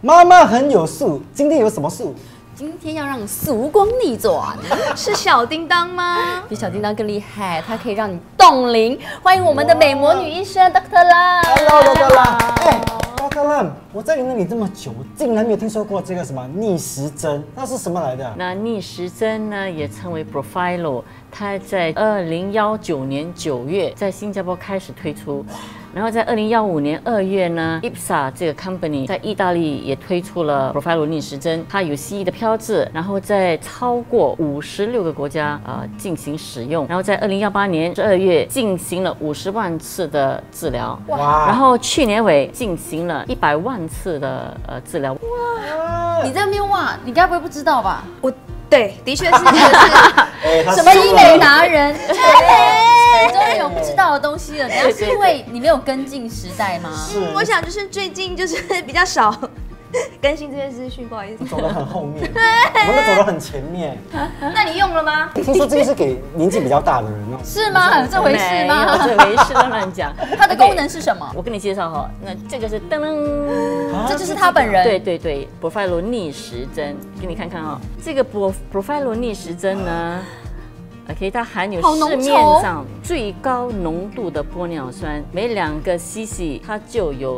妈妈很有数，今天有什么数？ 今天要让曙光逆转， 是小叮当吗？ 比小叮当更厉害，它可以让你冻龄。欢迎我们的美魔女医生 Dr. Lam。 Hello Dr. Lam， Dr. Lam， 我在你那里这么久，竟然没有听说过这个什么逆时针，那是什么来的？ 那逆时针呢，也称为 Profhilo， 它在2019年9月在新加坡开始推出。然后在2015年2月呢 ，IPSA 这个 company 在意大利也推出了 Profhilo 逆时针，它有西医的标志，然后在超过56个国家进行使用。然后在2018年12月进行了50万次的治疗，哇！然后去年尾进行了100万次的治疗。 哇！你在面哇？你该不会不知道吧？ 对，的确是什么医美达人？终于有不知道的东西了。等下是因为你没有跟进时代吗？ 我想就是最近就是比较少更新这些资讯，不好意思。 走得很后面，我们都走得很前面。 那你用了吗？ 听说这个是给年纪比较大的人哦。 是吗？有这回事吗？ 这回事都乱讲。 它的功能是什么？ 我跟你介绍哈，那这个是噔噔， 这就是他本人。 对 ，Profhilo 逆时针，给你看看哦。这个 Profhilo 逆时针呢，OK， 它含有市面上最高浓度的玻尿酸，每2个 cc 它就有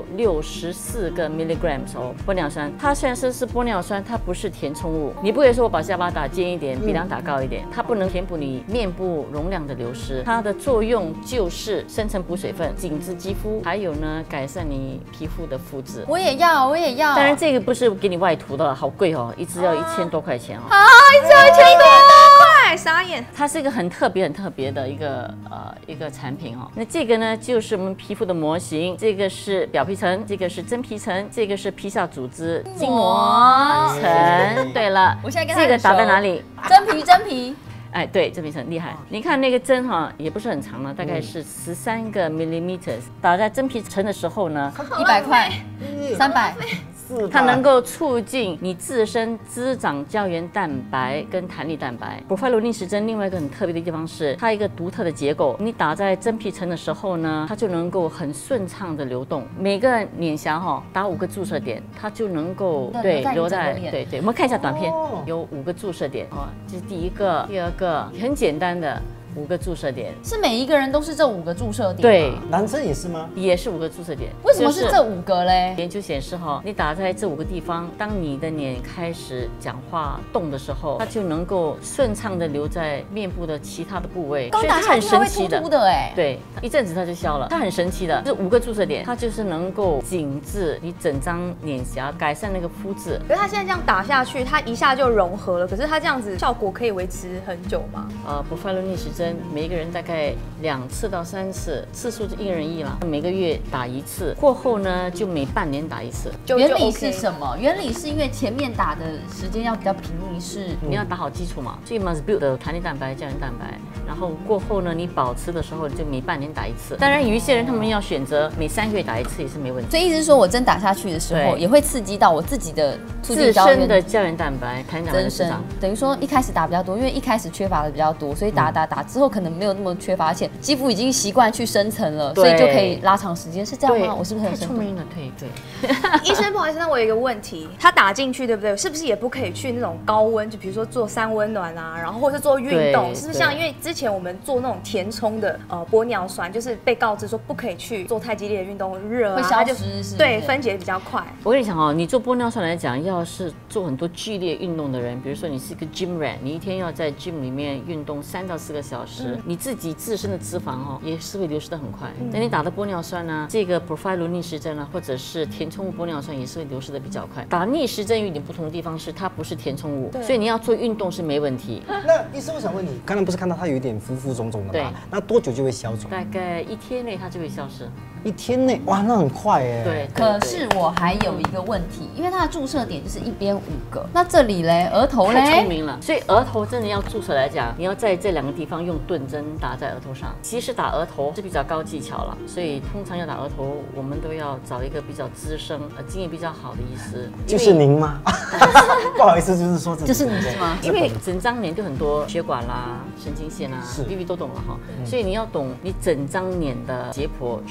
64个 milligrams 哦，玻尿酸。它虽然是玻尿酸，它不是填充物。你不可以说我把下巴打尖一点，鼻梁打高一点，它不能填补你面部容量的流失。它的作用就是深层补水分、紧致肌肤，还有呢改善你皮肤的肤质。 我也要。 当然这个不是给你外涂的，好贵哦，一支要1000多块钱哦。 啊，一支要1000多块，傻眼。 它是一个很特别的一个产品哦。那这个呢，就是我们皮肤的模型，这个是表皮层，这个是真皮层，这个是皮下组织筋膜层。对了， 我现在跟他这个打在哪里？ 真皮。 哎，对，真皮层厉害。你看那个针哈，也不是很长了，大概是13个 millimeters。打在真皮层的时候呢 ，100块，300。 它能够促进你自身滋长胶原蛋白跟弹力蛋白。Profhilo 逆时针另外一个很特别的地方是，它一个独特的结构。你打在真皮层的时候呢，它就能够很顺畅的流动。每个脸颊打5个注射点，它就能够留在对。我们看一下短片，有5个注射点哦，这是第一个、第二个，很简单的。5个注射点， 是每一个人都是这5个注射点？ 对， 男生也是吗？ 也是5个注射点。 为什么是这5个嘞？ 研究显示哈，你打在这5个地方，当你的脸开始讲话动的时候，它就能够顺畅的留在面部的其他的部位， 所以它很神奇的。对， 一阵子它就消了，它很神奇的。这5个注射点，它就是能够紧致你整张脸颊，改善那个肤质。 可是它现在这样打下去，它一下就融合了。可是它这样子效果可以维持很久吗 ？Profhilo 逆时针。每一个人大概2次到3次，次数就因人而异了。每个月打1次，过后呢就每半年打1次。 原理是什么？原理是因为前面打的时间要比较平易，是你要打好基础嘛，所以 must build 的弹力蛋白、胶原蛋白。然后过后呢，你保持的时候就每半年打1次。当然有一些人他们要选择每3个月打1次也是没问题。 所以意思是说我针打下去的时候，也会刺激到我自己的自身的胶原蛋白、弹力蛋白的增长。 等于说一开始打比较多，因为一开始缺乏的比较多，所以打之后可能没有那么缺乏，而且肌肤已经习惯去生成了，所以就可以拉长时间，是这样吗？我是不是很聪明了？对。 医生，不好意思，那我有一个问题，它打进去对不对？是不是也不可以去那种高温，就比如说做3温暖啊，然后或是做运动，是不是像因为之前我们做那种填充的玻尿酸，就是被告知说不可以去做太激烈的运动，热会消失， 对，分解比较快。 我跟你讲哦，你做玻尿酸来讲，要是做很多剧烈运动的人，比如说你是一个 gym rat， 你一天要在 gym 里面运动3到4个小时，你自己自身的脂肪也是会流失得很快。那你打的玻尿酸呢，这个 Profhilo 逆时针啊，或者是填充物玻尿酸也是会流失的比较快。打逆时针有一点不同的地方是，它不是填充物，所以你要做运动是没问题。 那医生，我想问你，刚刚不是看到它有一点浮浮肿肿的吗？ 对， 那多久就会消肿？ 大概1天内它就会消失。 1天内，哇，那很快哎。 对。 可是我还有一个问题，因为它的注射点就是一边5个，那这里嘞，额头嘞， 太聪明了。所以额头真的要注射来讲，你要在这2个地方用钝针打在额头上。其实打额头是比较高技巧了，所以通常要打额头，我们都要找一个比较资深、经验比较好的医师。 就是您吗？不好意思，就是说就是你是吗？ 因为整张脸就很多血管啦、神经线啦，BB 都懂了哈。所以你要懂你整张脸的解剖学原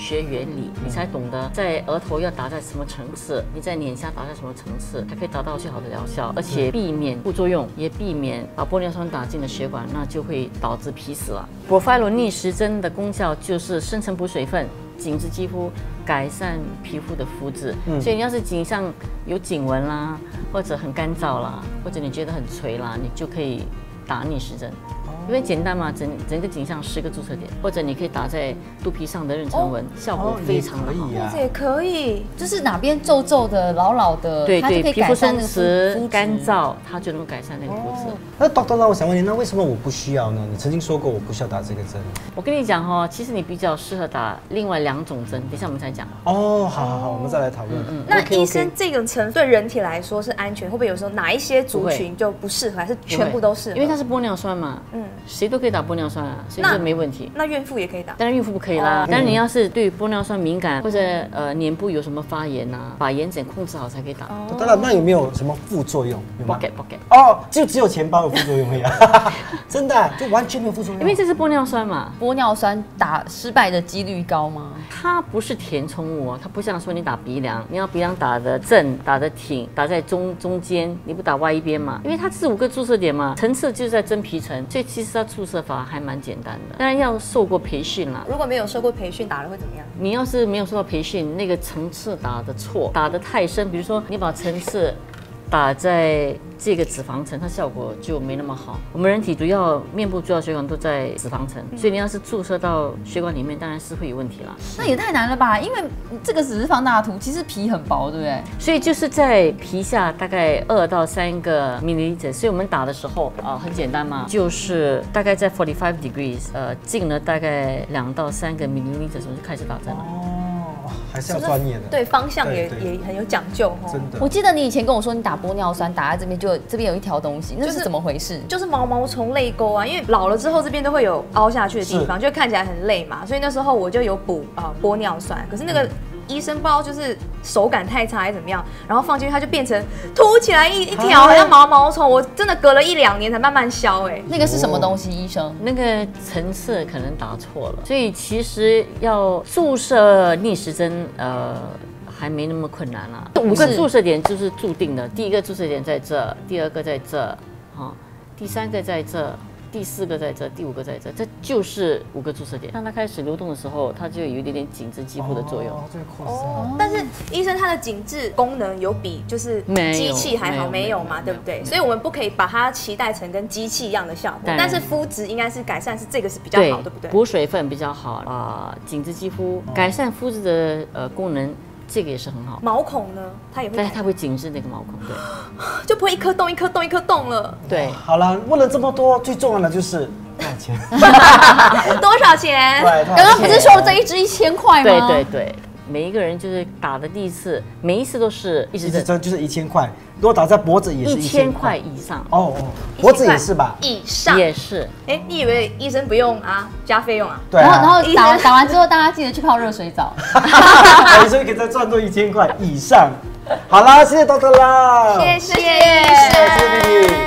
理，你才懂得在额头要打在什么层次，你在脸颊打在什么层次，才可以达到最好的疗效，而且避免副作用，也避免把玻尿酸打进了血管，那就会导致皮死了。Profhilo 逆时针的功效就是深层补水分，紧致肌肤，改善皮肤的肤质。所以你要是颈上有颈纹啦，或者很干燥啦，或者你觉得很垂啦，你就可以打逆时针。因为简单嘛，整个颈上10个注射点，或者你可以打在肚皮上的妊娠纹，效果非常的好。 这也可以， 就是哪边皱皱的、老老的， 对对， 它就可以皮肤松改善那个肤弛、干燥，它就能够改善那个肤质。 那 Dr. Lam，我想问你，那为什么我不需要呢？你曾经说过我不需要打这个针。 我跟你讲哦，其实你比较适合打另外2种针，等一下我们再讲。 哦，好，我们再来讨论。 那医生这个成分对人体来说是安全，会不会有时候哪一些族群就不适合，还是全部都适合？ 因为它是玻尿酸嘛，谁都可以打玻尿酸啊，所以这没问题。 那孕妇也可以打？ 当然孕妇不可以啦。但是你要是对玻尿酸敏感，或者脸部有什么发炎啊，把炎疹控制好才可以打。 当然，那有没有什么副作用？有吗？ pocket 哦，就只有钱包有副作用而已啊，真的就完全没有副作用。 因为这是玻尿酸嘛， 玻尿酸打失败的几率高吗？ 它不是填充物哦，它不像说你打鼻梁，你要鼻梁打得正、打得挺、打在中间，你不打歪一边嘛？因为它是5个注射点嘛，层次就在真皮层，所以其实它注射法还蛮简单的。当然要受过培训啦。 如果没有受过培训，打了会怎么样？ 你要是没有受到培训，那个层次打得错，打得太深，比如说你把层次打在这个脂肪层，它效果就没那么好。我们人体面部主要血管都在脂肪层，所以你要是注射到血管里面，当然是会有问题啦。 那也太难了吧？因为这个只是放大图，其实皮很薄，对不对？ 所以就是在皮下大概2到3个 milliliter， 所以我们打的时候很简单嘛，就是大概在45 degrees， 进了大概2到3个 milliliter 的时候就开始打针了。 还是要专业的， 对方向也很有讲究哦。 真的， 我记得你以前跟我说，你打玻尿酸打在这边，就这边有一条东西，那是怎么回事？ 就是毛毛虫泪沟啊，因为老了之后这边都会有凹下去的地方，就看起来很累嘛，所以那时候我就有补玻尿酸，可是那个医生不知道就是手感太差还是怎么样，然后放进去它就变成凸起来一条，好像毛毛虫。我真的隔了1、2年才慢慢消。 那个是什么东西？医生， 那个层次可能打错了，所以其实要注射逆时针，还没那么困难啦。5个注射点就是注定的，第1个注射点在这，第2个在这，第3个在这。第4个在这，第5个在这，这就是5个注射点。当它开始流动的时候，它就有一点点紧致肌肤的作用。 但是医生他的紧致功能有比就是机器还好没有嘛，对不对？所以我们不可以把它期待成跟机器一样的效果。但是肤质应该是改善，是这个是比较好，对不对？ 补水分比较好紧致肌肤，改善肤质的功能。这个也是很好。 毛孔呢，它也会， 但是它会紧致那个毛孔，对， 就不会一颗洞一颗洞一颗洞了。 对， 好了，问了这么多，最重要的就是多少钱？ 多少钱？ 刚刚不是说这一支1000块吗？ 对对对，每一个人就是打的第一次，每一次都是一支针就是1000块，如果打在脖子也是 1000块以上。 脖子也是吧？ 以上也是。 你以为医生不用加费用啊？ 对啊。 然后打完之后，大家记得去泡热水澡。 医生可以再赚多1000块以上。好啦，谢谢 Dr. Lam， 谢谢， 谢谢 Vivi。